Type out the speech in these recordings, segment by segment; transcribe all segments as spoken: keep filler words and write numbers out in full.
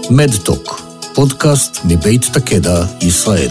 מדטוק, פודקאסט מבית תקדע, ישראל.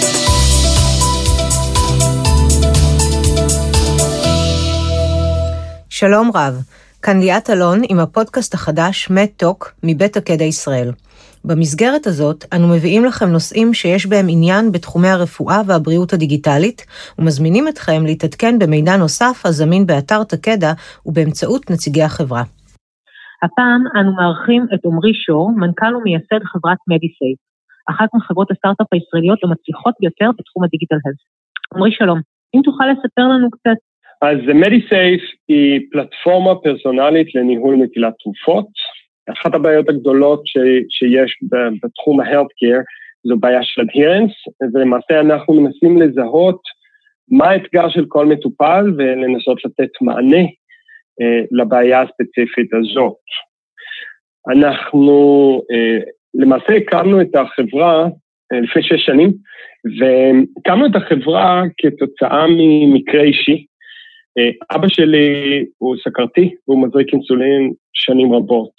שלום רב, כאן ליאת אלון עם הפודקאסט החדש מדטוק מבית תקדע ישראל. במסגרת הזאת אנו מביאים לכם נושאים שיש בהם עניין בתחומי הרפואה והבריאות הדיגיטלית, ומזמינים אתכם להתעדכן במידע נוסף הזמין באתר תקדע ובאמצעות נציגי החברה. הפעם אנו מארחים את עומרי שור, מנכ"ל ומייסד חברת מדיסייף, אחת מחברות הסטארט-אפ הישראליות המצליחות ביותר בתחום הדיגיטל הלס. עומרי שלום, אם תוכל לספר לנו קצת. אז מדיסייף היא פלטפורמה פרסונלית לניהול נטילת תרופות. אחת הבעיות הגדולות ש, שיש בתחום ה-healthcare זו בעיה של adherence, ולמעשה אנחנו מנסים לזהות מה האתגר של כל מטופל ולנסות לתת מענה אה, לבעיה הספציפית הזאת. אנחנו אה, למעשה הקמנו את החברה אה, לפני שש שנים, והקמנו את החברה כתוצאה ממקרה אישי. אה, אבא שלי הוא סכרתי, והוא מזריק אינסולין שנים רבות.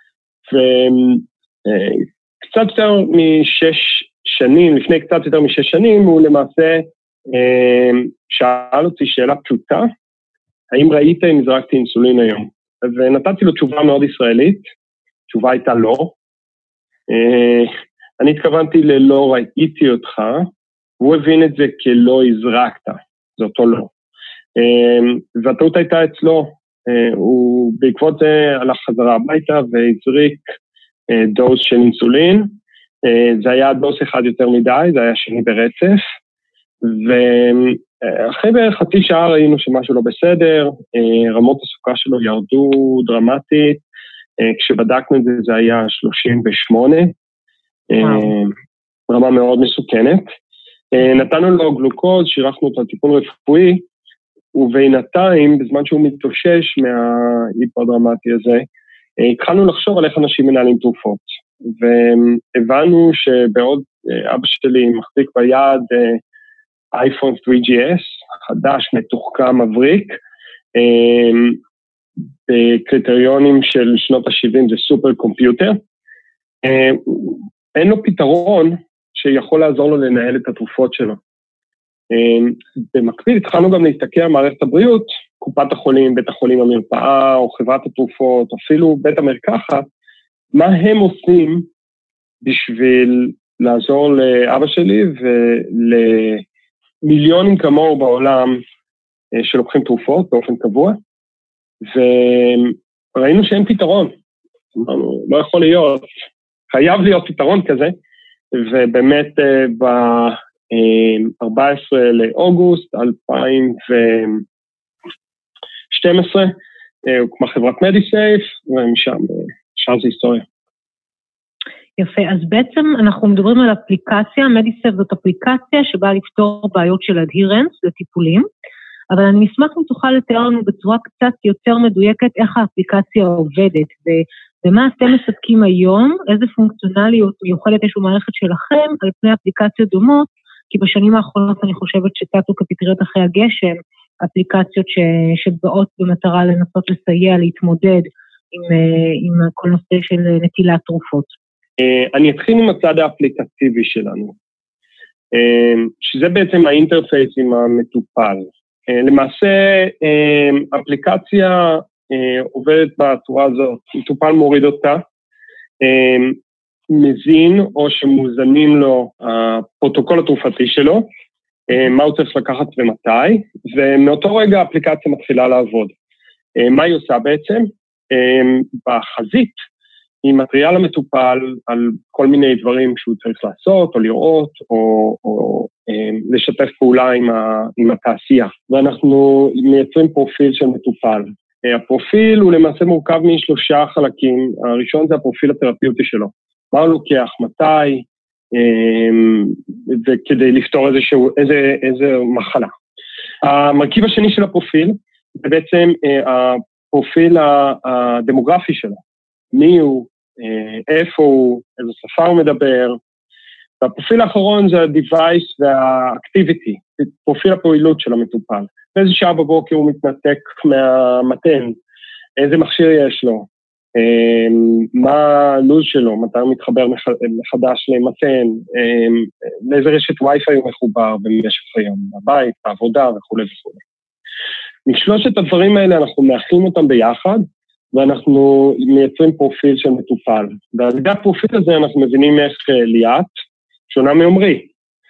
וקצת יותר משש שנים, לפני קצת יותר משש שנים, הוא למעשה שאל אותי שאלה פשוטה, האם ראית אם זרקתי אינסולין היום? ונתתי לו תשובה מאוד ישראלית, תשובה הייתה לא. אני התכוונתי ללא ראיתי אותך, הוא הבין את זה כלא הזרקת, זה אותו לא. והטעות הייתה אצלו, הוא בעקבות זה הלך חזרה הביתה והזריק דוס של אינסולין, זה היה דוס אחד יותר מדי, זה היה שני ברצף, ואחרי בערך חצי שעה ראינו שמשהו לא בסדר, רמות הסוכר שלו ירדו דרמטית, כשבדקנו את זה זה היה שלושים ושמונה, רמה מאוד מסוכנת, נתנו לו גלוקוז, שירחנו אותו לטיפול רפואי, ובינתיים, בזמן שהוא מתאושש מההיפודרמטי הזה, התחלנו לחשוב על איך אנשים מנהלים תרופות. והבנו שבעוד אבא שלי מחזיק ביד אייפון תרי ג'י אס, חדש, מתוחכם, מבריק, בקריטריונים של שנות ה-שבעים זה סופר קומפיוטר, אין לו פתרון שיכול לעזור לו לנהל את התרופות שלו. במקביל התחלנו גם להסתכל על מערכת הבריאות, קופת החולים, בית החולים המרפאה, או חברת התרופות, אפילו בית המרקחת, מה הם עושים בשביל לעזור לאבא שלי ולמיליונים כמוהו בעולם שלוקחים תרופות באופן קבוע, וראינו שאין פתרון, לא יכול להיות, חייב להיות פתרון כזה, ובאמת ב... ארבעה עשר לאוגוסט אלפיים ושתים עשרה, הוקמה חברת מדיסייף, ומשם, שם זה היסטוריה. יפה, אז בעצם אנחנו מדברים על אפליקציה, מדיסייף זאת אפליקציה שבאה לפתור בעיות של adherence לטיפולים, אבל אני אשמח אם תוכל לתאר לנו בצורה קצת יותר מדויקת איך האפליקציה עובדת, ומה אתם מספקים היום, איזה פונקציונליות מיוחדת יש במערכת שלכם על פני אפליקציות דומות, כי בשנים האחרונות אני חושבת שטטו כפטריות אחרי הגשם, אפליקציות ש... שבאות במטרה לנסות לסייע, להתמודד עם, עם כל נושא של נטילת תרופות. אני אתחיל עם הצד האפליקטיבי שלנו, שזה בעצם האינטרפייס עם המטופל. למעשה, אפליקציה עובדת בצורה הזאת, מטופל מוריד אותה, מזין או שמוזנים לו הפרוטוקול התרופתי שלו, מה הוא צריך לקחת ומתי, ומאותו רגע האפליקציה מתחילה לעבוד. מה היא עושה בעצם? בחזית היא מתריעה למטופל על כל מיני דברים שהוא צריך לעשות או לראות או, או לשתף פעולה עם, ה, עם התעשייה, ואנחנו מייצרים פרופיל של מטופל. הפרופיל הוא למעשה מורכב משלושה חלקים, הראשון זה הפרופיל התרפיוטי שלו. מה הוא לוקח, מתי, וכדי לפתור איזשהו, איזה, איזה מחלה. המרכיב השני של הפרופיל, זה בעצם הפרופיל הדמוגרפי שלו. מי הוא, איפה הוא, איזו שפה הוא מדבר. והפרופיל האחרון זה ה-device וה-activity, פרופיל הפעילות של המטופל. באיזה שעה בבוקר הוא מתנתק מהמתן, איזה מכשיר יש לו, מה הלוז שלו, מתי הוא מתחבר מחדש למתן, לאיזה רשת וי-פיי הוא מחובר במשך היום, בבית, בעבודה וכו' וכו'. משלושת הדברים האלה אנחנו מאחדים אותם ביחד, ואנחנו מייצרים פרופיל של מטופל. ועל ידי הפרופיל הזה אנחנו מבינים איך ליאת שונה מעומרי.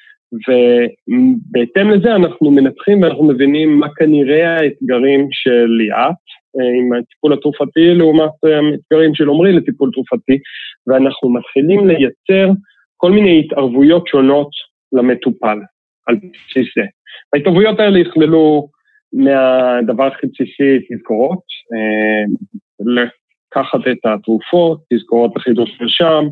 ובהתאם לזה אנחנו מנתחים ואנחנו מבינים מה כנראה האתגרים של ליאת, עם הטיפול התרופתי לעומת האתגרים של עומרי לטיפול תרופתי, ואנחנו מתחילים לייצר כל מיני התערבויות שונות למטופל על בסיס זה. ההתערבויות האלה יכללו מהדבר הכי בסיסי תזכורות, לקחת את התרופות, תזכורות בחידוש מרשם,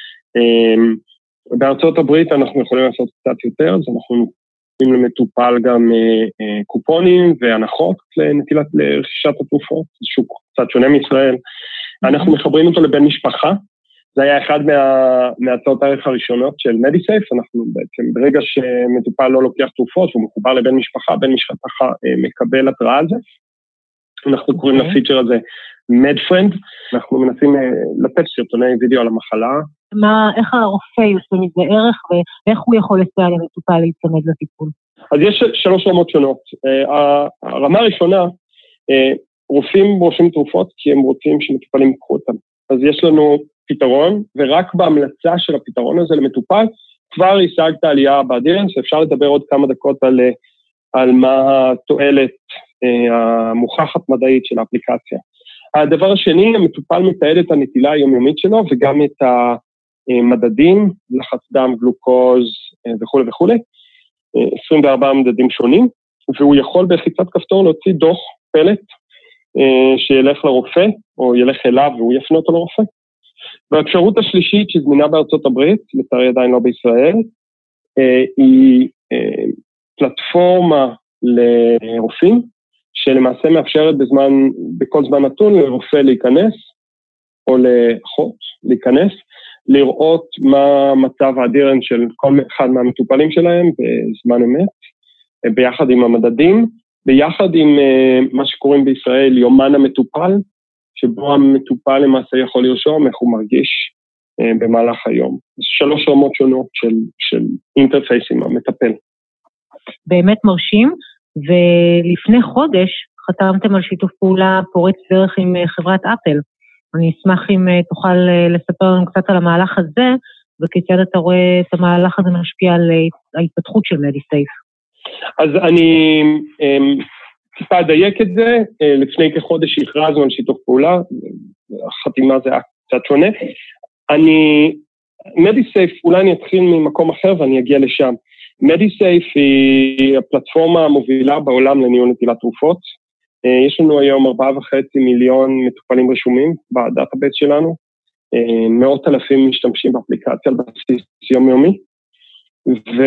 בארצות הברית אנחנו יכולים לעשות קצת יותר, אז אנחנו נותנים למטופל גם קופונים והנחות לנטילת לרכישת התרופות, זה שוק קצת שונה מישראל. אנחנו מחברים אותו לבן משפחה, זה היה אחד מה, מהצעות הערך הראשונות של מדיסייף, אנחנו בעצם ברגע שמטופל לא לוקח תרופות, הוא מחובר לבן משפחה, בן משפחה מקבל התראה על זה, אנחנו קוראים לפיצ'ר הזה MedFriend, אנחנו מנסים לתת סרטוני וידאו על המחלה. מה, איך הרופא יוצא מזה ערך, ואיך הוא יכול לסייע למטופל להצמד לטיפול? אז יש שלוש רמות שונות. הרמה הראשונה, רופאים רושמים תרופות, כי הם רוצים שמטופלים יקחו אותם. אז יש לנו פתרון, ורק בהמלצה של הפתרון הזה למטופל, כבר השגת עלייה באדירנס, אפשר לדבר עוד כמה דקות על, על מה התועלת המוכחת מדעית של האפליקציה. הדבר השני, המטופל מתעד את הנטילה היומיומית שלו, וגם את המדדים, לחץ דם, גלוקוז וכו' וכו', עשרים וארבעה מדדים שונים, והוא יכול בחיצת כפתור להוציא דוח פלט, שילך לרופא, או ילך אליו והוא יפנה אותו לרופא. והאפשרות השלישית שזמינה בארצות הברית, לצערי עדיין לא בישראל, היא פלטפורמה לרופאים, שלמעשה מאפשרת בזמן, בכל זמן נתון לרופא להיכנס, או לאחות להיכנס, לראות מה מצב האדירנס של כל אחד מהמטופלים שלהם בזמן אמת, ביחד עם המדדים, ביחד עם מה שקוראים בישראל יומן המטופל, שבו המטופל למעשה יכול לרשום איך הוא מרגיש במהלך היום. שלוש רמות שונות של, של אינטרפייס עם המטפל. באמת מרשים, ולפני חודש חתמתם על שיתוף פעולה פורץ דרך עם חברת אפל. אני אשמח אם תוכל לספר לנו קצת על המהלך הזה, וכיצד אתה רואה את המהלך הזה משפיע על ההתפתחות של מדיסייף. אז אני טיפה אדייק את זה, לפני כחודש הכרזנו על שיתוף פעולה, החתימה זה היה קצת שונה. אני, מדיסייף, אולי אני אתחיל ממקום אחר ואני אגיע לשם. מדיסייף היא הפלטפורמה המובילה בעולם לניהול נטילת תרופות. יש לנו היום ארבעה וחצי מיליון מטופלים רשומים בדאטאבייס שלנו. מאות אלפים משתמשים באפליקציה על בסיס יומיומי. ו...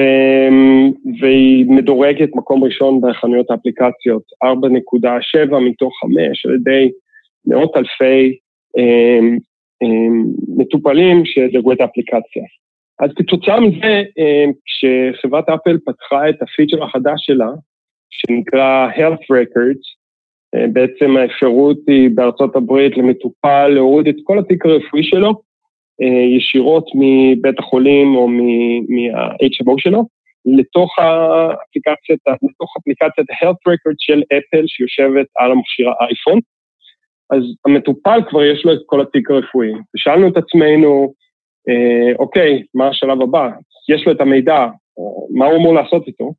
והיא מדורגת מקום ראשון בחנויות האפליקציות, ארבע נקודה שבע מתוך חמש, על ידי מאות אלפי אה, אה, מטופלים שדרגו את האפליקציה. אז כתוצאה מזה, אה, כשחברת אפל פתחה את הפיצ'ר החדש שלה, שנקרא Health Records, אה, בעצם האפשרות היא בארצות הברית למטופל להוריד את כל התיק הרפואי שלו, ישירות מבית החולים או מה-אייץ' אם או שלו, לתוך האפליקציית, לתוך אפליקציית Health Records של אפל שיושבת על המכשיר האייפון. אז המטופל כבר יש לו את כל התיק הרפואי. ושאלנו את עצמנו, אוקיי, מה השלב הבא? יש לו את המידע, מה הוא אמור לעשות איתו?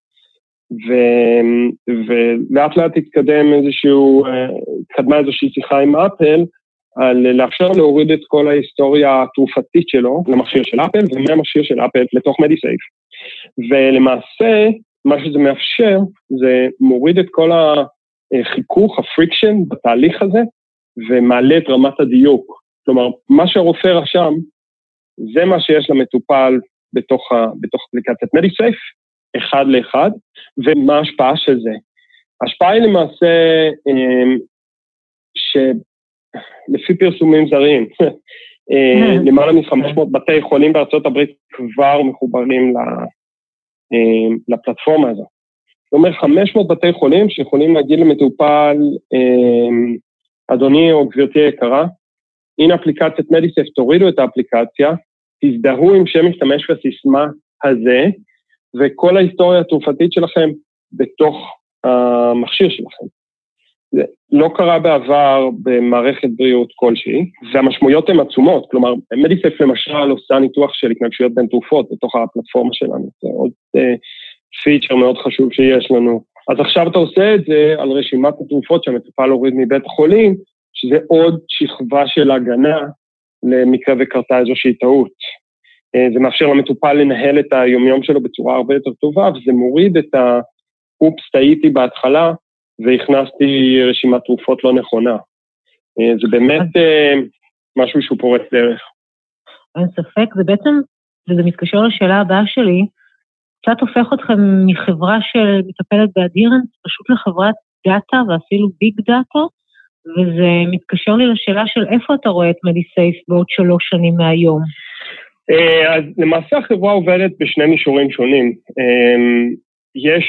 ולאט לאט התקדם איזשהו, התקדמה איזושהי שיחה עם אפל, על לאפשר להוריד את כל ההיסטוריה התרופתית שלו למכשיר של אפל, ומהמכשיר של אפל לתוך מדיסייף. ולמעשה, מה שזה מאפשר, זה מוריד את כל החיכוך, הפריקשן בתהליך הזה, ומעלה את רמת הדיוק. כלומר, מה שהרופא רשם, זה מה שיש למטופל בתוך, בתוך אפליקציית מדיסייף, אחד לאחד, ומה ההשפעה של זה? ההשפעה היא למעשה, ש... לפי פרסומים זרים, למעלה מ-חמש מאות בתי חולים בארצות הברית כבר מחוברים לפלטפורמה הזו. זאת אומרת, חמש מאות בתי חולים שיכולים להגיד למטופל, אדוני או גברתי יקרה, הנה אפליקציית מדיסייף, תורידו את האפליקציה, תזדהו עם שם משתמש בסיסמה הזה, וכל ההיסטוריה התרופתית שלכם בתוך המכשיר שלכם. זה לא קרה בעבר במערכת בריאות כלשהי, והמשמעויות הן עצומות, כלומר, מדיסייף למשל עושה ניתוח של התנגשויות בין תרופות בתוך הפלטפורמה שלנו, זה עוד uh, פיצ'ר מאוד חשוב שיש לנו. אז עכשיו אתה עושה את זה על רשימת התרופות שהמטופל הוריד מבית החולים, שזה עוד שכבה של הגנה למקרה וקרתה איזושהי טעות. זה מאפשר למטופל לנהל את היומיום שלו בצורה הרבה יותר טובה, וזה מוריד את האופס, טעיתי בהתחלה, והכנסתי רשימת תרופות לא נכונה. זה באמת משהו שהוא פורץ דרך. אין ספק, זה בעצם, וזה מתקשר לשאלה הבאה שלי, קצת הופך אתכם מחברה של מטפלת באדירנס, פשוט לחברת דאטה ואפילו ביג דאטה, וזה מתקשר לי לשאלה של איפה אתה רואה את מדיסייף בעוד שלוש שנים מהיום. אז למעשה החברה עובדת בשני מישורים שונים. יש,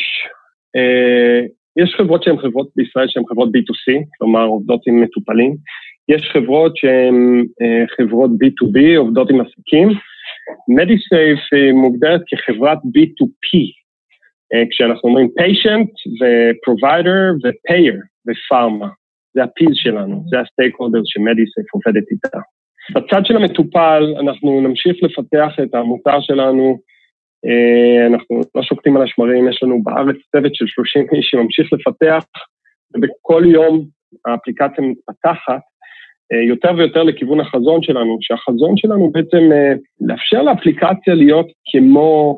יש חברות שהן חברות בישראל שהן חברות בי טו סי, כלומר עובדות עם מטופלים. יש חברות שהן חברות בי טו בי, עובדות עם עסקים. מדיסייף מוגדרת כחברת בי טו פי, כשאנחנו אומרים patient ו-provider ו-payer ו-pharma. זה הפיל שלנו, זה הסטייק-הולדר שמדיסייף עובדת איתה. בצד של המטופל, אנחנו נמשיך לפתח את המוצר שלנו, אנחנו לא שוקטים על השמרים, יש לנו בארץ צוות של שלושים איש שממשיך לפתח, ובכל יום האפליקציה מתפתחת, יותר ויותר לכיוון החזון שלנו, שהחזון שלנו בעצם לאפשר לאפליקציה להיות כמו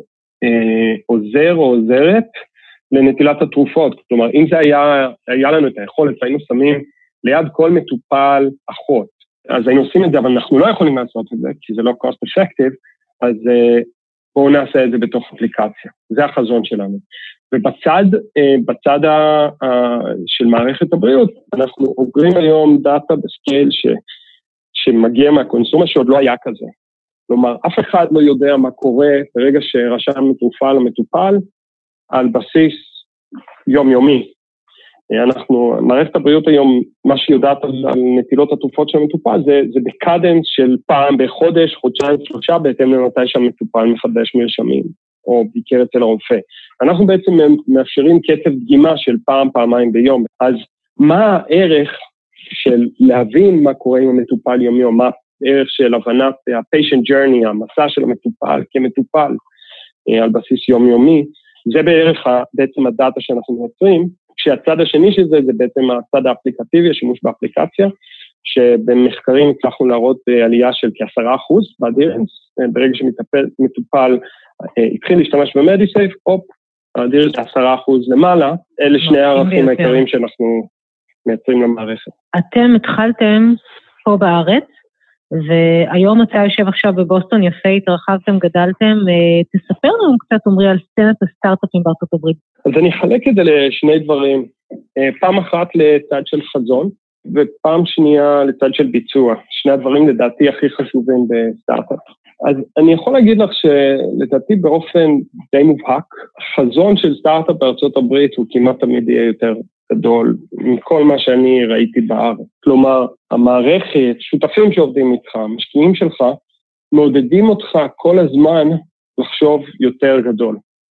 עוזר או עוזרת לנטילת התרופות. כלומר, אם זה היה, היה לנו את היכולת, היינו שמים ליד כל מטופל אחות, אז היינו עושים את זה, אבל אנחנו לא יכולים לעשות את זה, כי זה לא cost effective, אז בואו נעשה את זה בתוך אפליקציה. זה החזון שלנו. ובצד, בצד ה, ה, של מערכת הבריאות, אנחנו אוגרים היום דאטה בסקייל ש, שמגיע מהקונסומה שעוד לא היה כזה. כלומר, אף אחד לא יודע מה קורה ברגע שרשם תרופה למטופל, על בסיס יומיומי. אנחנו, מערכת הבריאות היום, מה שיודעת על, על נטילות התרופות של המטופל, זה, זה בקדנס של פעם בחודש, חודשיים, שלושה, בהתאם למתי שהמטופל מחדש מרשמים, או ביקר אצל הרופא. אנחנו בעצם מאפשרים קצב דגימה של פעם, פעמיים ביום. אז מה הערך של להבין מה קורה עם המטופל יומיום, מה הערך של הבנת ה-patient journey, המסע של המטופל כמטופל, על בסיס יומיומי, זה בערך בעצם הדאטה שאנחנו מייצרים, כשהצד השני של זה, זה בעצם הצד האפליקטיבי, השימוש באפליקציה, שבמחקרים הצלחנו להראות עלייה של כעשרה אחוז באדירנס, ברגע שמטופל התחיל להשתמש במדיסייף, אופ, האדירנס עשרה אחוז למעלה, אלה שני הערכים העיקריים שאנחנו מייצרים למערכת. אתם התחלתם פה בארץ, והיום אתה יושב עכשיו בבוסטון, יפה, התרחבתם, גדלתם, תספר לנו קצת, עומרי, על סצנת הסטארט-אפים בארצות הברית. אז אני אחלק את זה לשני דברים, פעם אחת לצד של חזון, ופעם שנייה לצד של ביצוע, שני הדברים לדעתי הכי חשובים בסטארט-אפ. אז אני יכול להגיד לך שלדעתי באופן די מובהק, חזון של סטארט-אפ בארצות הברית הוא כמעט תמיד יהיה יותר גדול מכל מה שאני ראיתי בארץ. כלומר, המערכת, שותפים שעובדים איתך, משקיעים שלך, מעודדים אותך כל הזמן לחשוב יותר גדול.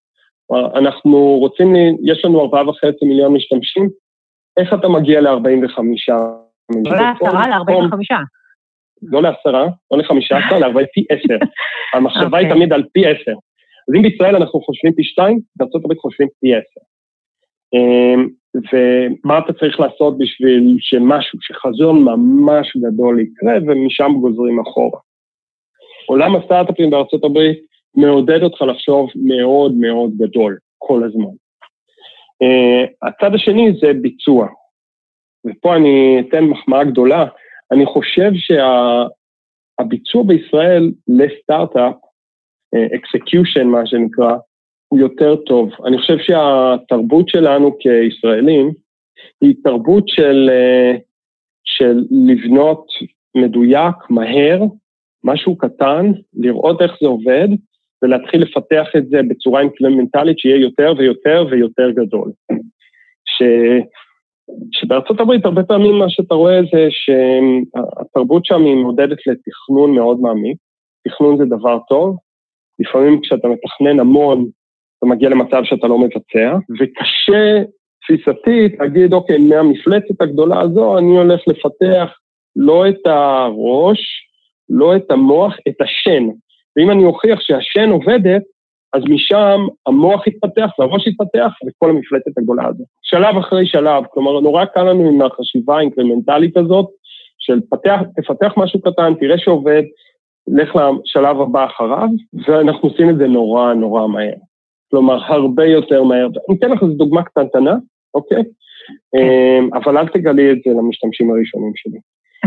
אנחנו רוצים, יש לנו ארבעה וחצי מיליון משתמשים, איך אתה מגיע ל-ארבעים וחמישה? לא לעשרה, ל-ארבעים וחמישה. לא לעשרה, לא לחמישה עשר, ל-ארבעים פי עשר. המחשבה היא תמיד על פי עשר. אז אם בישראל אנחנו חושבים פי שתיים, בארצות הברית חושבים פי עשר. ומה אתה צריך לעשות בשביל שמשהו, שחזון ממש גדול יקרה, ומשם גוזרים אחורה. עולם הסטארט-אפים בארצות הברית מעודד אותך לחשוב מאוד מאוד גדול, כל הזמן. הצד השני זה ביצוע, ופה אני אתן מחמאה גדולה, אני חושב שהביצוע בישראל לסטארט-אפ, execution מה שנקרא, הוא יותר טוב. אני חושב שהתרבות שלנו כישראלים היא תרבות של, של לבנות מדויק, מהר, משהו קטן, לראות איך זה עובד, ולהתחיל לפתח את זה בצורה אינקרמנטלית שיהיה יותר ויותר ויותר גדול. ש... שבארצות הברית הרבה פעמים מה שאתה רואה זה שהתרבות התרבות שם היא מעודדת לתכנון מאוד מעמיק, תכנון זה דבר טוב, לפעמים כשאתה מתכנן המון, אתה מגיע למצב שאתה לא מבצע, וקשה תפיסתית להגיד, אוקיי, מהמפלצת הגדולה הזו, אני הולך לפתח לא את הראש, לא את המוח, את השן. ואם אני אוכיח שהשן עובדת, אז משם המוח יתפתח והראש יתפתח וכל המפלצת הגדולה הזו. שלב אחרי שלב, כלומר, נורא קל לנו עם החשיבה האינקרמנטלית הזאת, של פתח, תפתח משהו קטן, תראה שעובד, לך לשלב הבא אחריו, ואנחנו עושים את זה נורא נורא מהר. כלומר, הרבה יותר מהר. אני אתן לך איזו דוגמה קטנטנה, אוקיי? אבל אל תגלי את זה למשתמשים הראשונים שלי.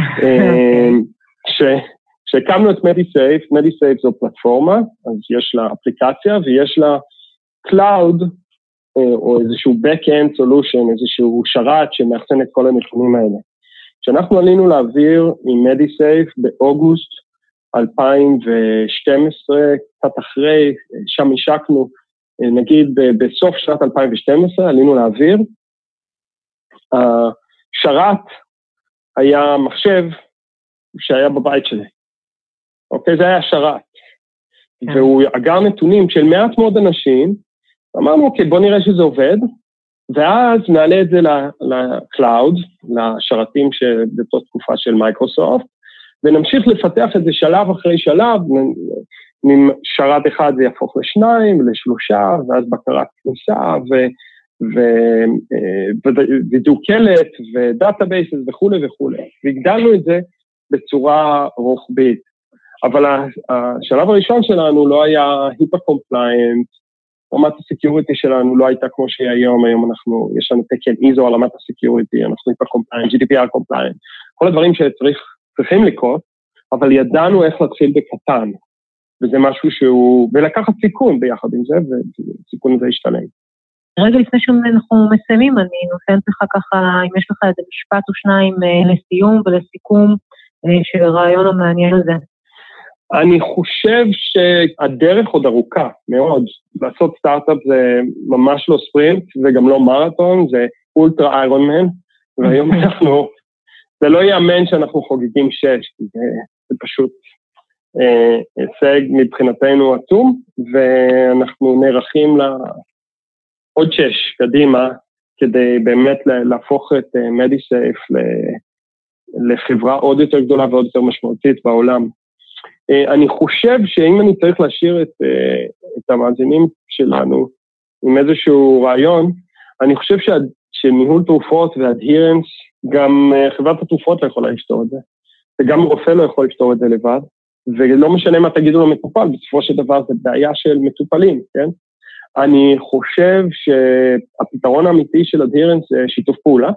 כשהקמנו את MediSafe, MediSafe זו פלטפורמה, אז יש לה אפליקציה ויש לה Cloud, או איזשהו Back-end Solution, איזשהו שרת שמאחסן את כל הנתונים האלה. כשאנחנו עלינו להעביר עם MediSafe באוגוסט אלפיים ושתים עשרה, קצת אחרי, שם השקנו, נגיד בסוף שנת אלפיים ושתים עשרה, עלינו להעביר, השרת היה מחשב שהיה בבית שלי. אוקיי, זה היה שרת. והוא אגר נתונים של מעט מאוד אנשים, אמרנו, אוקיי, בוא נראה שזה עובד, ואז נעלה את זה לקלאוד, לשרתים שבתוך תקופה של מייקרוסופט, ונמשיך לפתח את זה שלב אחרי שלב, משרת אחד זה יהפוך לשניים, לשלושה, ואז בקרת כניסה, ווידוא קלט, ודאטאבייסס וכו' וכו'. והגדלנו את זה בצורה רוחבית. אבל השלב הראשון שלנו לא היה היפה קומפליינט, רמת הסקיוריטי שלנו לא הייתה כמו שהיא היום, היום אנחנו, יש לנו תקן איזו על רמת הסקיוריטי, אנחנו היפה קומפליינט, ג'י די פי אר קומפליינט, כל הדברים שצריכים לקרות, אבל ידענו איך להתחיל בקטן, וזה משהו שהוא, ולקחת סיכון ביחד עם זה, וסיכון הזה ישתלם. רגע לפני שאנחנו מסיימים, אני נותנת לך ככה, אם יש לך איזה משפט או שניים לסיום ולסיכום של הרעיון המעניין הזה. אני חושב שהדרך עוד ארוכה מאוד, לעשות סטארט-אפ זה ממש לא ספרינט, וגם לא מרתון, זה אולטרה איירון מן, והיום אנחנו, זה לא יאמן שאנחנו חוגגים שש, זה, זה פשוט אה, הישג מבחינתנו עצום, ואנחנו נערכים לעוד שש קדימה, כדי באמת להפוך את MediSafe לחברה עוד יותר גדולה ועוד יותר משמעותית בעולם. אני חושב שאם אני צריך להשאיר את, את המאזינים שלנו עם איזשהו רעיון, אני חושב שניהול תרופות והדהירנס, גם חברת התרופות לא יכולה לפתור את זה, וגם רופא לא יכול לפתור את זה לבד, ולא משנה מה תגידו למטופל, בסופו של דבר זה בעיה של מטופלים, כן? אני חושב שהפתרון האמיתי של הדהירנס זה שיתוף פעולה,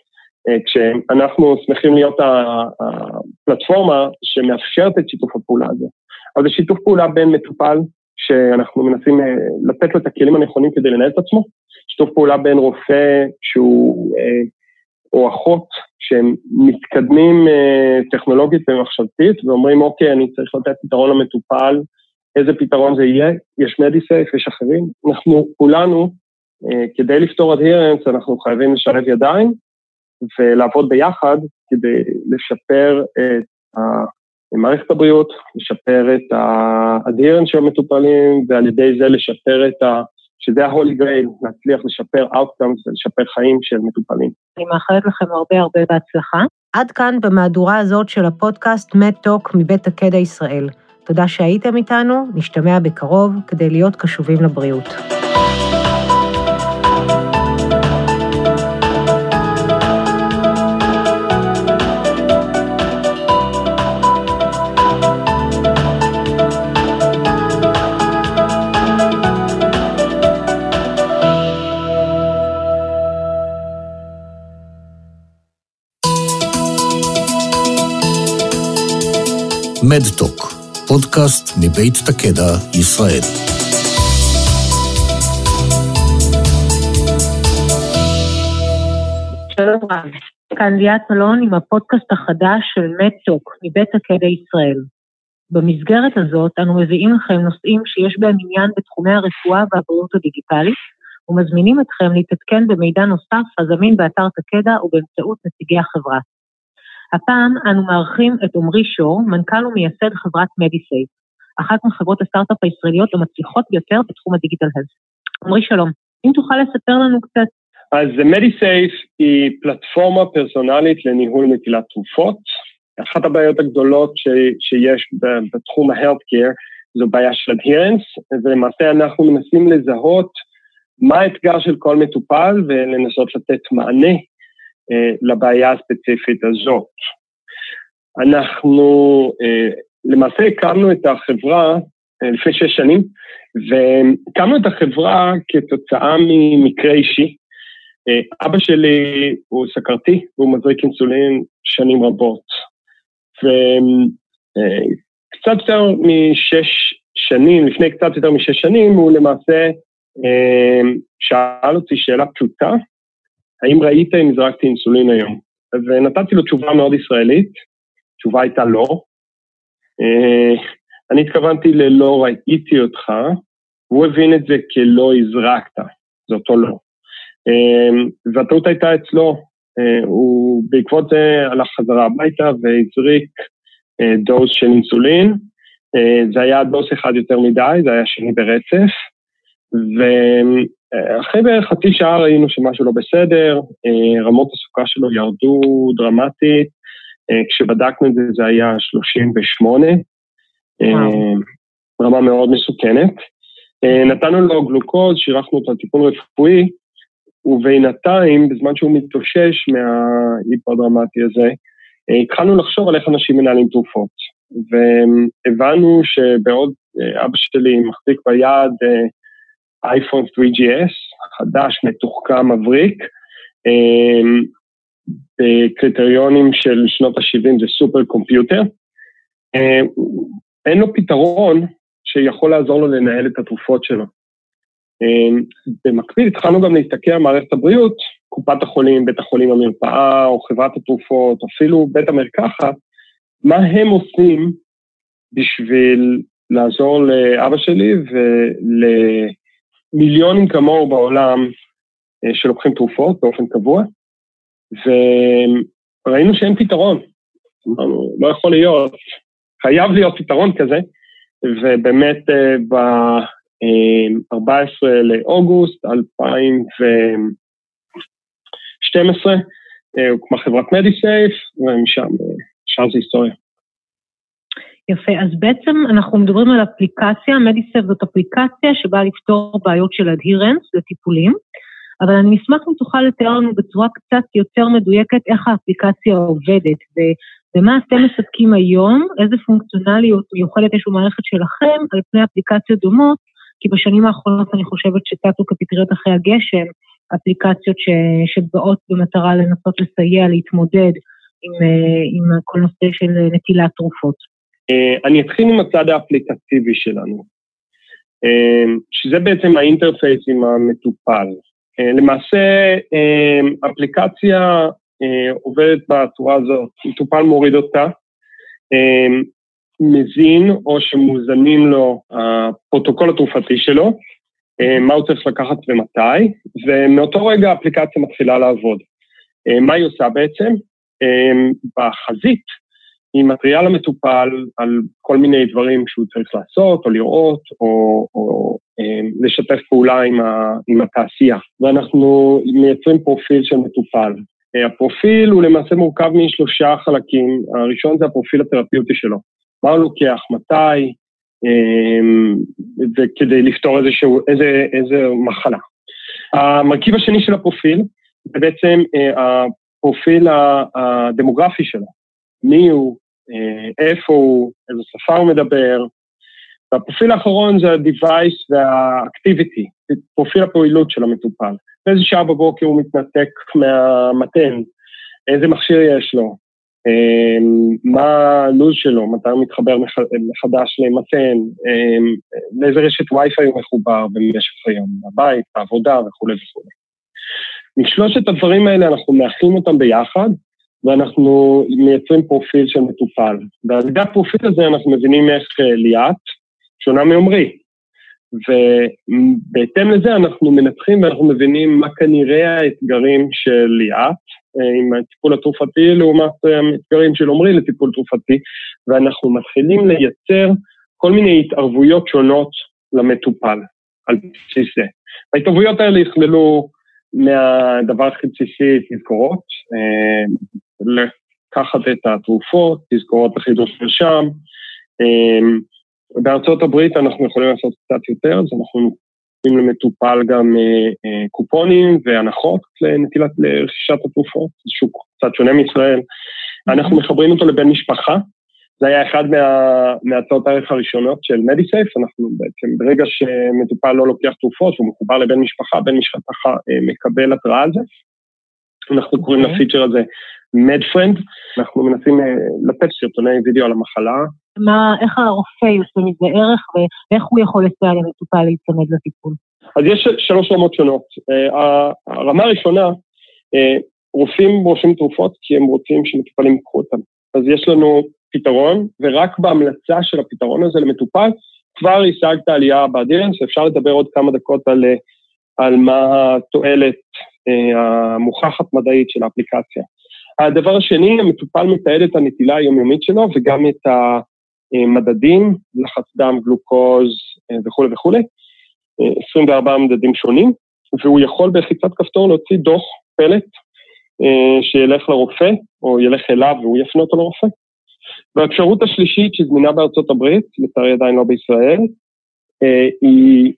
כשאנחנו שמחים להיות הפלטפורמה שמאפשרת את שיתוף הפעולה הזה. אבל זה שיתוף פעולה בין מטופל, שאנחנו מנסים לתת לו את הכלים הנכונים כדי לנהל את עצמו, שיתוף פעולה בין רופא שהוא, או אחות, שהם מתקדמים טכנולוגית ומחשבתית, ואומרים, אוקיי, אני צריך לתת פתרון למטופל, איזה פתרון זה יהיה? יש MediSafe, יש אחרים. אנחנו כולנו, כדי לפתור הדהירנס, אנחנו חייבים לשלב ידיים, ולעבוד ביחד כדי לשפר את מערכת הבריאות, לשפר את הדהירנס של המטופלים, ועל ידי זה לשפר את ה... שזה ה-Holy Grail, להצליח לשפר outcomes ולשפר חיים של מטופלים. אני מאחלת לכם הרבה הרבה בהצלחה. עד כאן במהדורה הזאת של הפודקאסט MedTalk מבית תקדע ישראל. תודה שהייתם איתנו, נשתמע בקרוב כדי להיות קשובים לבריאות. מדטוק, פודקאסט מבית תקדע ישראל. שלום רב, כאן ליאת מלון עם הפודקאסט החדש של מדטוק מבית תקדע ישראל. במסגרת הזאת אנו מביאים לכם נושאים שיש בהם עניין בתחומי הרפואה והבריאות הדיגיטלית, ומזמינים אתכם להתעדכן במידע נוסף הזמין באתר תקדע ובאמצעות נציגי החברה. הפעם אנו מארחים את עומרי שור, מנכ"ל ומייסד חברת מדיסייף, אחת מחברות הסטארט-אפ הישראליות המצליחות ביותר בתחום הדיגיטל הלס. עומרי שלום, אם תוכל לספר לנו קצת. אז מדיסייף היא פלטפורמה פרסונלית לניהול נטילת תרופות. אחת הבעיות הגדולות ש, שיש בתחום ה-healthcare זו בעיה של adherence, ולמעשה אנחנו מנסים לזהות מה האתגר של כל מטופל ולנסות לתת מענה אה, לבעיה הספציפית הזאת. אנחנו אה, למעשה הקמנו את החברה אה, לפני שש שנים, והקמנו את החברה כתוצאה ממקרה אישי. אה, אבא שלי הוא סכרתי, והוא מזריק אינסולין שנים רבות, וקצת אה, יותר משש שנים, לפני קצת יותר משש שנים, הוא למעשה שאל אותי שאלה פשוטה, האם ראית אם זרקתי אינסולין היום? ונתתי לו תשובה מאוד ישראלית, תשובה הייתה לא. אני התכוונתי ללא ראיתי אותך, והוא הבין את זה כלא הזרקת, זה אותו לא. והטעות הייתה אצלו, הוא בעקבות זה הלך חזרה הביתה והזריק דוז של אינסולין, זה היה דוז אחד יותר מדי, זה היה שני ברצף, ואחרי בערך חצי שעה ראינו שמשהו לא בסדר, רמות הסוכר שלו ירדו דרמטית, כשבדקנו את זה זה היה שלושים ושמונה, רמה מאוד מסוכנת. נתנו לו גלוקוז, שירחנו אותו על טיפול רפואי, ובינתיים, בזמן שהוא מתאושש מההיפודרמטי הזה, התחלנו לחשוב על איך אנשים מנהלים תרופות, והבנו שבעוד אבא שלי מחזיק ביד אייפון תרי ג'י אס, חדש, מתוחכם, מבריק, בקריטריונים של שנות ה-שבעים זה סופר קומפיוטר, אין לו פתרון שיכול לעזור לו לנהל את התרופות שלו. במקביל התחלנו גם להסתכל על מערכת הבריאות, קופת החולים, בית החולים המרפאה, או חברת התרופות, אפילו בית המרקחת, מה הם עושים בשביל לעזור לאבא שלי ולמיליונים כמוהו בעולם שלוקחים תרופות באופן קבוע, וראינו שאין פתרון, לא יכול להיות, חייב להיות פתרון כזה, ובאמת ב-ארבעה עשר לאוגוסט אלפיים ושתים עשרה הוקמה חברת מדיסייף, ומשם שם זה היסטוריה. יפה, אז בעצם אנחנו מדברים על אפליקציה, מדיסייף זאת אפליקציה שבאה לפתור בעיות של adherence לטיפולים, אבל אני אשמח אם תוכל לתאר לנו בצורה קצת יותר מדויקת איך האפליקציה עובדת, ומה אתם מספקים היום, איזה פונקציונליות מיוחדת יש במערכת שלכם על פני אפליקציות דומות, כי בשנים האחרונות אני חושבת שצצו כפטריות אחרי הגשם, אפליקציות ש... שבאות במטרה לנסות לסייע, להתמודד עם, עם כל נושא של נטילת תרופות. אני אתחיל עם הצד האפליקטיבי שלנו, שזה בעצם האינטרפייס עם המטופל. למעשה, אפליקציה עובדת בצורה הזאת, מטופל מוריד אותה, מזין או שמוזנים לו הפרוטוקול התרופתי שלו, מה הוא צריך לקחת ומתי, ומאותו רגע האפליקציה מתחילה לעבוד. מה היא עושה בעצם? בחזית היא מטריעה למטופל על כל מיני דברים שהוא צריך לעשות או לראות או, או לשתף פעולה עם, ה, עם התעשייה, ואנחנו מייצרים פרופיל של מטופל. הפרופיל הוא למעשה מורכב משלושה חלקים, הראשון זה הפרופיל התרפיוטי שלו, מה הוא לוקח, מתי, וכדי לפתור איזשהו, איזה, איזה מחלה. המרכיב השני של הפרופיל זה בעצם הפרופיל הדמוגרפי שלו, מי הוא, איפה הוא, איזו שפה הוא מדבר, והפרופיל האחרון זה ה-device וה-activity, פרופיל הפעילות של המטופל. באיזה שעה בבוקר הוא מתנתק מהמתן, איזה מכשיר יש לו, מה הלוז שלו, מתי הוא מתחבר מחדש למתן, לאיזה רשת וי-פיי הוא מחובר במשך היום, בבית, בעבודה וכו' וכו'. משלושת הדברים האלה אנחנו מאחדים אותם ביחד, ואנחנו מייצרים פרופיל של מטופל. ועל ידי הפרופיל הזה אנחנו מבינים איך ליאת שונה מעומרי. ובהתאם לזה אנחנו מנתחים ואנחנו מבינים מה כנראה האתגרים של ליאת, עם הטיפול התרופתי לעומת המתגרים של עומרי לטיפול תרופתי, ואנחנו מתחילים לייצר כל מיני התערבויות שונות למטופל על בסיס זה. ההתערבויות האלה יכללו מהדבר הכי בסיסי תזכורות, לקחת את התרופות, תזכורות לחידוש מרשם. בארצות הברית אנחנו יכולים לעשות קצת יותר, אז אנחנו נותנים למטופל גם קופונים והנחות לנטילת לרכישת התרופות, זה שוק קצת שונה מישראל. אנחנו מחברים אותו לבן משפחה, זה היה אחד מה, מהצעות הערך הראשונות של מדיסייף, אנחנו בעצם ברגע שמטופל לא לוקח תרופות, הוא מחובר לבן משפחה, בן משפחה מקבל התראה על זה. אנחנו קוראים לפיצ'ר הזה MedFriend, אנחנו מנסים לתת סרטוני וידאו על המחלה. מה, איך הרופא יוצא מזה ערך, ואיך הוא יכול לסייע למטופל להצמד לטיפול? אז יש שלוש רמות שונות. הרמה הראשונה, רופאים רושמים תרופות כי הם רוצים שמטופלים יקחו אותם. אז יש לנו פתרון, ורק בהמלצה של הפתרון הזה למטופל, כבר השגת עלייה באדירנס, אפשר לדבר עוד כמה דקות על, על מה התועלת המוכחת מדעית של האפליקציה. הדבר השני, המטופל מתעד את הנטילה היומיומית שלו, וגם את המדדים, לחץ דם, גלוקוז וכו' וכו', עשרים וארבעה מדדים שונים, והוא יכול בלחיצת כפתור להוציא דוח פלט, שילך לרופא, או ילך אליו והוא יפנה אותו לרופא. והאפשרות השלישית שזמינה בארצות הברית, לצערי עדיין לא בישראל, היא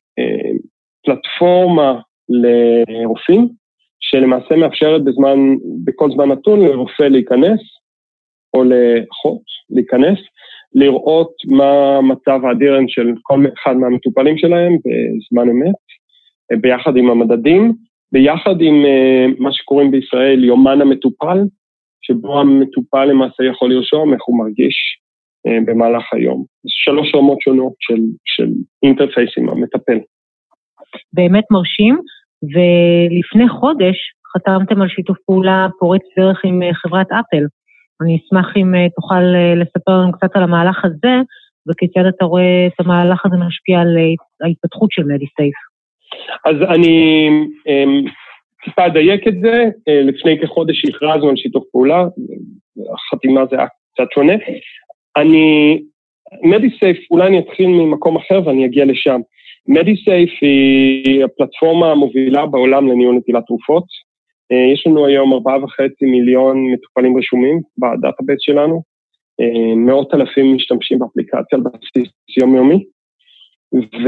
פלטפורמה לרופאים, שלמעשה מאפשרת בזמן, בכל זמן נתון לרופא להיכנס, או לאחות להיכנס, לראות מה מצב האדירנס של כל אחד מהמטופלים שלהם בזמן אמת, ביחד עם המדדים, ביחד עם מה שקוראים בישראל יומן המטופל, שבו המטופל למעשה יכול לרשום איך הוא מרגיש במהלך היום. שלוש רמות שונות של, של אינטרפייסים המטפל. באמת מרשים, ולפני חודש חתמתם על שיתוף פעולה פורץ דרך עם חברת אפל. אני אשמח אם תוכל לספר לנו קצת על המהלך הזה, וכיצד אתה רואה את המהלך הזה משפיע על ההתפתחות של מדיסייף. אז אני טיפה אדייק את זה, לפני כחודש הכרזנו על שיתוף פעולה, החתימה זה היה קצת שונה. אני, מדיסייף, אולי אני אתחיל ממקום אחר ואני אגיע לשם. מדיסייף היא הפלטפורמה המובילה בעולם לניהול נטילת תרופות. יש לנו היום ארבעה וחצי מיליון מטופלים רשומים בדאטאבייס שלנו, מאות אלפים משתמשים באפליקציה על בסיס יומיומי, ו...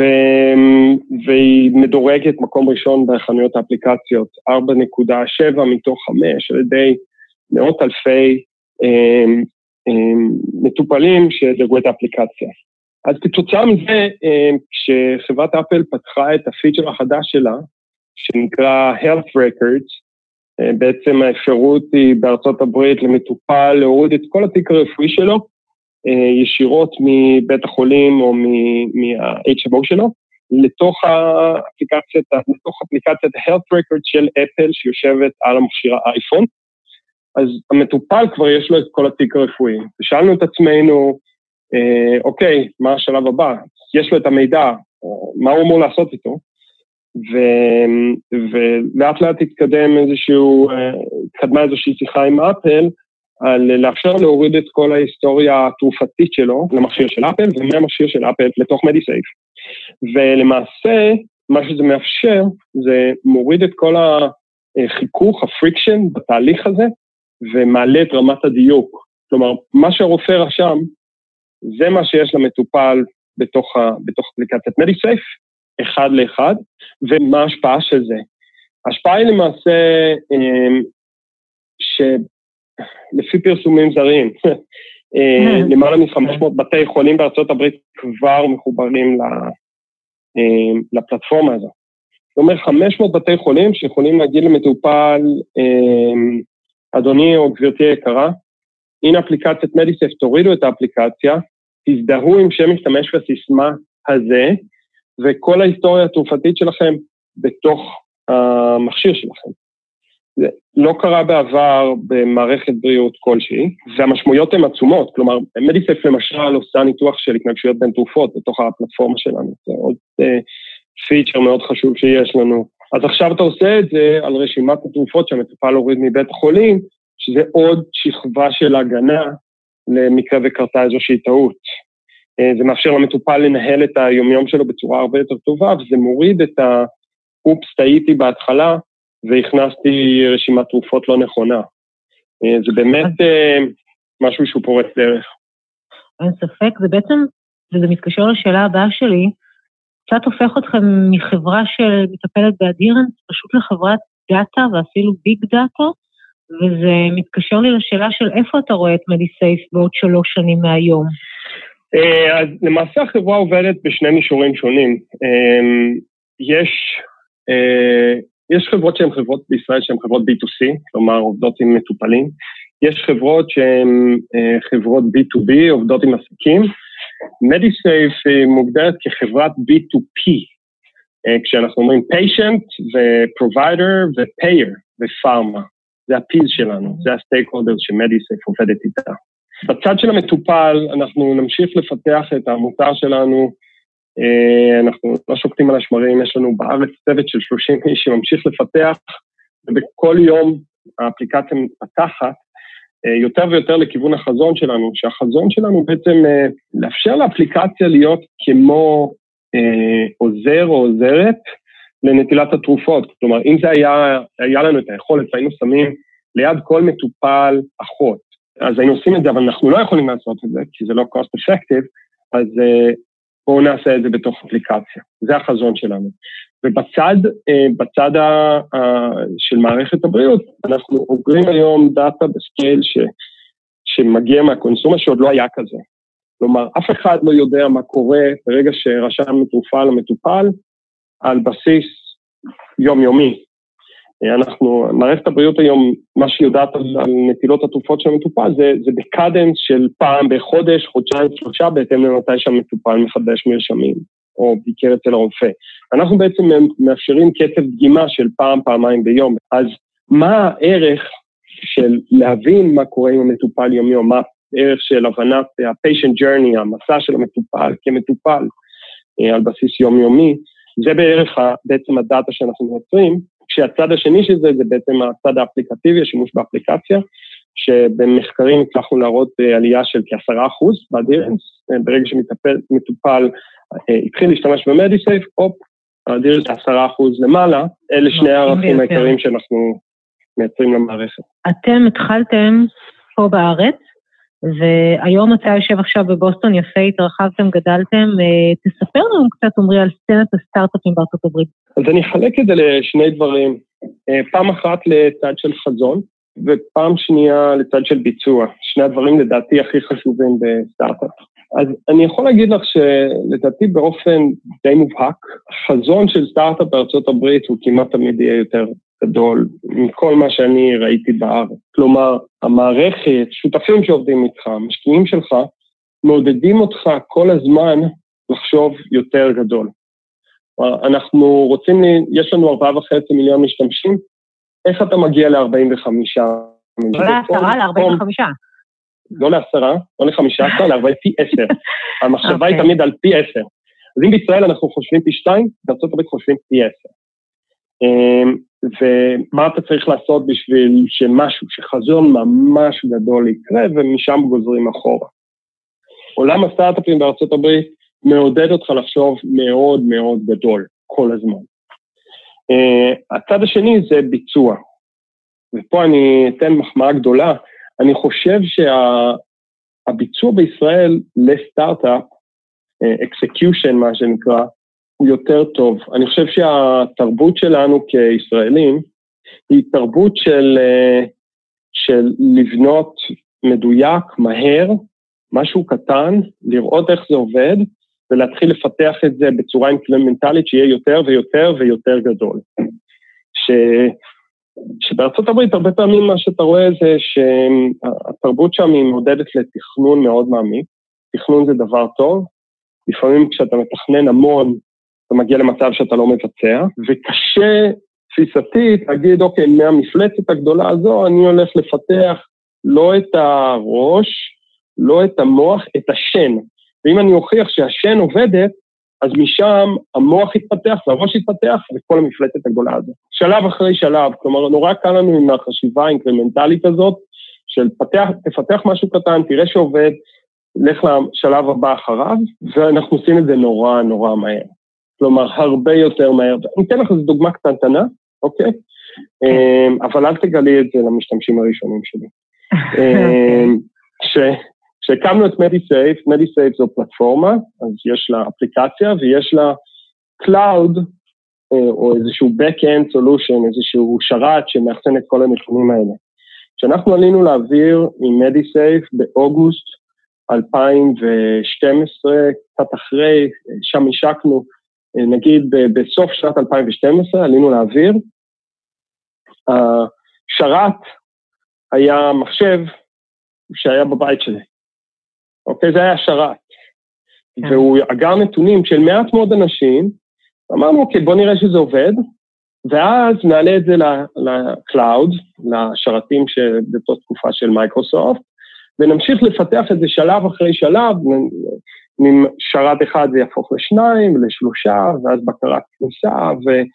והיא מדורגת מקום ראשון בחנויות האפליקציות, ארבע נקודה שבע מתוך חמש, על ידי מאות אלפי הם, הם, מטופלים שדרגו את האפליקציה. אז כתוצאה מזה, כשחברת אפל פתחה את הפיצ'ר החדש שלה, שנקרא Health Records, בעצם האפשרות היא בארצות הברית למטופל להוריד את כל התיק הרפואי שלו, ישירות מבית החולים או מה-אייץ' אם או שלו, לתוך האפליקציית, לתוך אפליקציית Health Records של אפל שיושבת על המכשיר האייפון. אז המטופל כבר יש לו את כל התיק הרפואי. ושאלנו את עצמנו, אוקיי, מה השלב הבא? יש לו את המידע, מה הוא אמור לעשות איתו? ולאט לאט התקדם איזשהו, התקדמה איזושהי שיחה עם אפל, על לאפשר להוריד את כל ההיסטוריה התרופתית שלו למכשיר של אפל, ומהמכשיר של אפל לתוך מדיסייף. ולמעשה, מה שזה מאפשר, זה מוריד את כל החיכוך, הפריקשן בתהליך הזה, ומעלה את רמת הדיוק. כלומר, מה שהרופא רשם, זה מה שיש למטופל בתוך, בתוך אפליקציית מדיסייף, אחד לאחד, ומה ההשפעה של זה? ההשפעה היא למעשה, שלפי פרסומים זרים, למעלה מ-חמש מאות בתי חולים בארצות הברית כבר מחוברים לפלטפורמה הזו. זאת אומרת, חמש מאות בתי חולים שיכולים להגיד למטופל, אדוני או גברתי יקרה, הנה אפליקציית מדיסייף, תורידו את האפליקציה, תזדהו עם שם משתמש וסיסמה הזה, וכל ההיסטוריה התרופתית שלכם בתוך המכשיר שלכם. זה לא קרה בעבר במערכת בריאות כלשהי, והמשמעויות הן עצומות, כלומר, מדיסייף למשל עושה ניתוח של התנגשויות בין תרופות בתוך הפלטפורמה שלנו, זה עוד פיצ'ר מאוד חשוב שיש לנו. אז עכשיו אתה עושה את זה על רשימת התרופות שהמטופל הוריד מבית החולים, שזה עוד שכבה של הגנה למקרה וקרתה איזושהי טעות. זה מאפשר למטופל לנהל את היומיום שלו בצורה הרבה יותר טובה, וזה מוריד את האופס, טעיתי בהתחלה, והכנסתי רשימת תרופות לא נכונה. זה באמת משהו שהוא פורץ דרך. אין ספק, זה בעצם, וזה מתקשר לשאלה הבאה שלי, קצת הופך אתכם מחברה של מטפלת באדירנס, פשוט לחברת דאטה ואפילו ביג דאטה, וזה מתקשר לי לשאלה של איפה אתה רואה את מדיסייף בעוד שלוש שנים מהיום. אז למעשה החברה עובדת בשני מישורים שונים. יש, יש חברות שהן חברות בישראל שהן חברות בי טו סי, כלומר עובדות עם מטופלים. יש חברות שהן חברות בי טו בי, עובדות עם עסקים. מדיסייף מוגדרת כחברת בי טו פי, כשאנחנו אומרים patient ו-provider ו-payer ופארמה. זה הפיז שלנו, זה הסטייק-הולדר שמדיסייף עובדת איתה. בצד של המטופל, אנחנו נמשיך לפתח את המוצר שלנו, אנחנו לא שוקטים על השמרים, יש לנו בארץ צוות של שלושים איש שממשיך לפתח, ובכל יום האפליקציה מתפתחת, יותר ויותר לכיוון החזון שלנו, שהחזון שלנו בעצם לאפשר לאפליקציה להיות כמו עוזר או עוזרת לנטילת התרופות. כלומר, אם זה היה, היה לנו את היכולת, היינו שמים ליד כל מטופל אחות, אז היינו עושים את זה, אבל אנחנו לא יכולים לעשות את זה, כי זה לא cost effective, אז בואו נעשה את זה בתוך אפליקציה. זה החזון שלנו. ובצד, בצד ה, ה, של מערכת הבריאות, אנחנו עוברים היום דאטה בסקייל ש, שמגיע מהקונסומר שעוד לא היה כזה. כלומר, אף אחד לא יודע מה קורה ברגע שרשם תרופה למטופל על בסיס יומיומי. אנחנו, מערכת הבריאות היום, מה שיודעת על, על נטילות התרופות של המטופל, זה, זה בקדנס של פעם בחודש, חודשיים, שלושה, בהתאם למתי שהמטופל מחדש מרשמים, או ביקר אצל הרופא. אנחנו בעצם מאפשרים קצב דגימה של פעם, פעמיים ביום. אז מה הערך של להבין מה קורה עם המטופל יום-יום, מה הערך של הבנת ה-patient journey, המסע של המטופל כמטופל על בסיס יומיומי, זה בערך בעצם הדאטה שאנחנו מייצרים, כשהצד השני של זה, זה בעצם הצד האפליקטיבי, השימוש באפליקציה, שבמחקרים הצלחנו להראות עלייה של כעשרה אחוז באדירנס, ברגע שמטופל התחיל להשתמש במדיסייף, הופ, האדירנס עשרה אחוז למעלה, אלה שני הערכים העיקריים שאנחנו מייצרים למערכת. אתם התחלתם פה בארץ, והיום אתה יושב עכשיו בבוסטון, יפה, התרחבתם, גדלתם, תספר לנו קצת, עומרי, על סצנת הסטארט-אפים בארצות הברית. אז אני אחלק את זה לשני דברים, פעם אחת לצד של חזון, ופעם שנייה לצד של ביצוע, שני הדברים לדעתי הכי חשובים בסטארט-אפ. אז אני יכול להגיד לך שלדעתי באופן די מובהק, החזון של סטארט-אפ בארצות הברית הוא כמעט תמיד יהיה יותר גדול מכל מה שאני ראיתי בארץ. כלומר, המערכת, שותפים שעובדים איתך, משקיעים שלך, מעודדים אותך כל הזמן לחשוב יותר גדול. אנחנו רוצים, יש לנו ארבעה וחצי מיליון משתמשים, איך אתה מגיע ל-ארבעים וחמישה? לא לעשרה, ל-ארבעים וחמישה. לא לעשרה, לא לחמישה עשר, ל-ארבעים פי עשר. המחשבה היא תמיד על פי עשר. אז אם בישראל אנחנו חושבים פי שתיים, בארצות הברית חושבים פי עשר. ומה אתה צריך לעשות בשביל שמשהו, שחזון ממש גדול יקרה, ומשם גוזרים אחורה. עולם הסטארט-אפים בארצות הברית מעודד אותך לחשוב מאוד מאוד גדול, כל הזמן. הצד השני זה ביצוע, ופה אני אתן מחמאה גדולה, אני חושב שהביצוע בישראל לסטארט-אפ, execution מה שנקרא, הוא יותר טוב. אני חושב שהתרבות שלנו כישראלים, היא תרבות של, של לבנות מדויק, מהר, משהו קטן, לראות איך זה עובד, ולהתחיל לפתח את זה בצורה אינקרמנטלית שיהיה יותר ויותר ויותר גדול. ש... שבארצות הברית הרבה פעמים מה שאתה רואה זה שהתרבות שם היא מעודדת לתכנון מאוד מעמיק, תכנון זה דבר טוב, לפעמים כשאתה מתכנן המון, אתה מגיע למצב שאתה לא מבצע, וקשה תפיסתית להגיד, אוקיי, מהמפלצת הגדולה הזו אני הולך לפתח לא את הראש, לא את המוח, את השן. ואם אני אוכיח שהשן עובדת, אז משם המוח התפתח והראש התפתח וכל המפלטת הגדולה הזו. שלב אחרי שלב, כלומר נורא קל לנו עם החשיבה האינקרמנטלית הזאת, של פתח, תפתח משהו קטן, תראה שעובד, לך לשלב הבא אחריו, ואנחנו עושים את זה נורא נורא מהר. כלומר, הרבה יותר מהר. אני אתן לך איזו דוגמה קטנטנה, אוקיי? אבל אל תגלי את זה למשתמשים הראשונים שלי. כשהקמנו את מדיסייף, מדיסייף זו פלטפורמה, אז יש לה אפליקציה ויש לה Cloud, או איזשהו Back-end Solution, איזשהו שרת שמאחסן את כל הנתונים האלה. כשאנחנו עלינו להעביר עם מדיסייף באוגוסט אלפיים ושתים עשרה, קצת אחרי, שם השקנו, נגיד בסוף שנת אלפיים ושתים עשרה, עלינו להעביר, השרת היה מחשב שהיה בבית שלי. אוקיי, זה היה שרת. והוא אגר נתונים של מעט מאוד אנשים, אמרנו, אוקיי, בוא נראה שזה עובד, ואז נעלה את זה לקלאוד, לשרתים שבאותה תקופה של מייקרוסופט, ונמשיך לפתח את זה שלב אחרי שלב, משרת אחד זה יהפוך לשניים, לשלושה, ואז בקרת כניסה,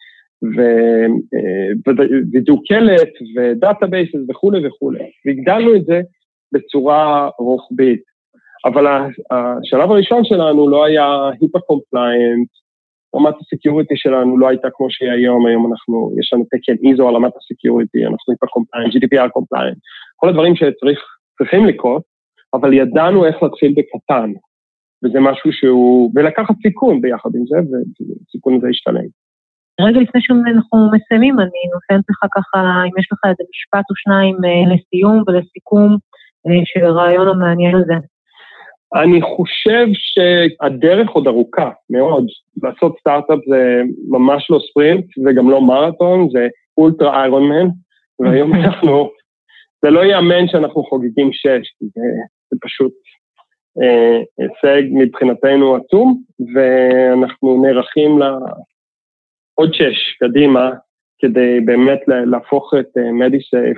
ווידוא קלט, ודאטאבייסס וכו' וכו'. והגדלנו את זה בצורה רוחבית. אבל השלב הראשון שלנו לא היה היפה קומפליינט, רמת הסקיוריטי שלנו לא הייתה כמו שהיא היום, היום אנחנו, יש לנו תקן איזו על רמת הסקיוריטי, אנחנו היפה קומפליינט, ג'י די פי אר קומפליינט, כל הדברים שצריכים לקרות, אבל ידענו איך להתחיל בקטן, וזה משהו שהוא, ולקחת סיכון ביחד עם זה, וסיכון הזה ישתלם. רגע לפני שאנחנו מסיימים, אני נותנת לך ככה, אם יש לך איזה משפט או שניים לסיום ולסיכום של הרעיון המעניין הזה. אני חושב שהדרך עוד ארוכה מאוד, לעשות סטארט-אפ זה ממש לא ספרינט, זה גם לא מרתון, זה אולטרה איירון מן, והיום אנחנו, זה לא יאמן שאנחנו חוגגים שש, זה, זה פשוט אה, הישג מבחינתנו עצום, ואנחנו נערכים לעוד שש קדימה, כדי באמת להפוך את מדיסייף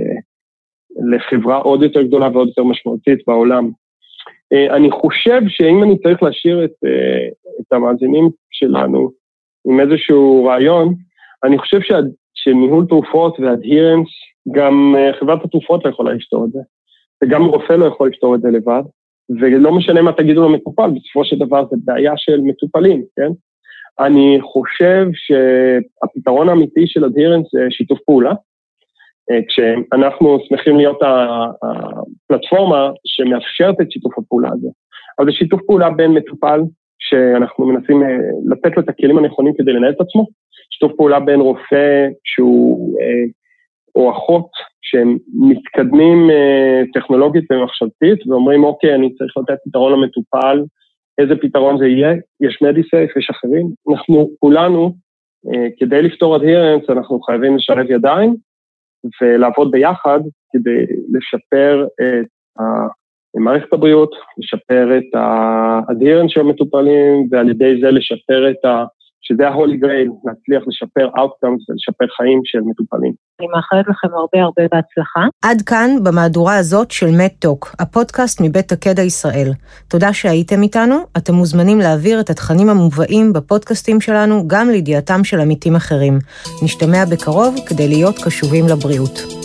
לחברה עוד יותר גדולה ועוד יותר משמעותית בעולם. אני חושב שאם אני צריך להשאיר את, את המאזינים שלנו עם איזשהו רעיון, אני חושב שה, שניהול תרופות והדהירנס, גם חברת התרופות לא יכולה לפתור את זה, וגם רופא לא יכול לפתור את זה לבד, ולא משנה מה תגידו למטופל, בסופו של דבר זה בעיה של מטופלים, כן? אני חושב שהפתרון האמיתי של הדהירנס זה שיתוף פעולה, כשאנחנו שמחים להיות הפלטפורמה שמאפשרת את שיתוף הפעולה הזה. אבל זה שיתוף פעולה בין מטופל, שאנחנו מנסים לתת לו את הכלים הנכונים כדי לנהל את עצמו, שיתוף פעולה בין רופא שהוא, או אחות, שהם מתקדמים טכנולוגית ומחשבתית, ואומרים, אוקיי, אני צריך לתת פתרון למטופל, איזה פתרון זה יהיה? יש מדיסייף, יש אחרים. אנחנו כולנו, כדי לפתור הדהירנס, אנחנו חייבים לשלב ידיים, ולעבוד ביחד כדי לשפר את מערכת הבריאות, לשפר את הדהירנס של המטופלים, ועל ידי זה לשפר את ה... שזה ה-Holy Grail, להצליח לשפר outcomes ולשפר חיים של מטופלים. אני מאחלת לכם הרבה הרבה בהצלחה. עד כאן במהדורה הזאת של מדטוק, הפודקאסט מבית תקדע ישראל. תודה שהייתם איתנו, אתם מוזמנים להעביר את התכנים המובאים בפודקאסטים שלנו גם לידיעתם של עמיתים אחרים. נשתמע בקרוב כדי להיות קשובים לבריאות.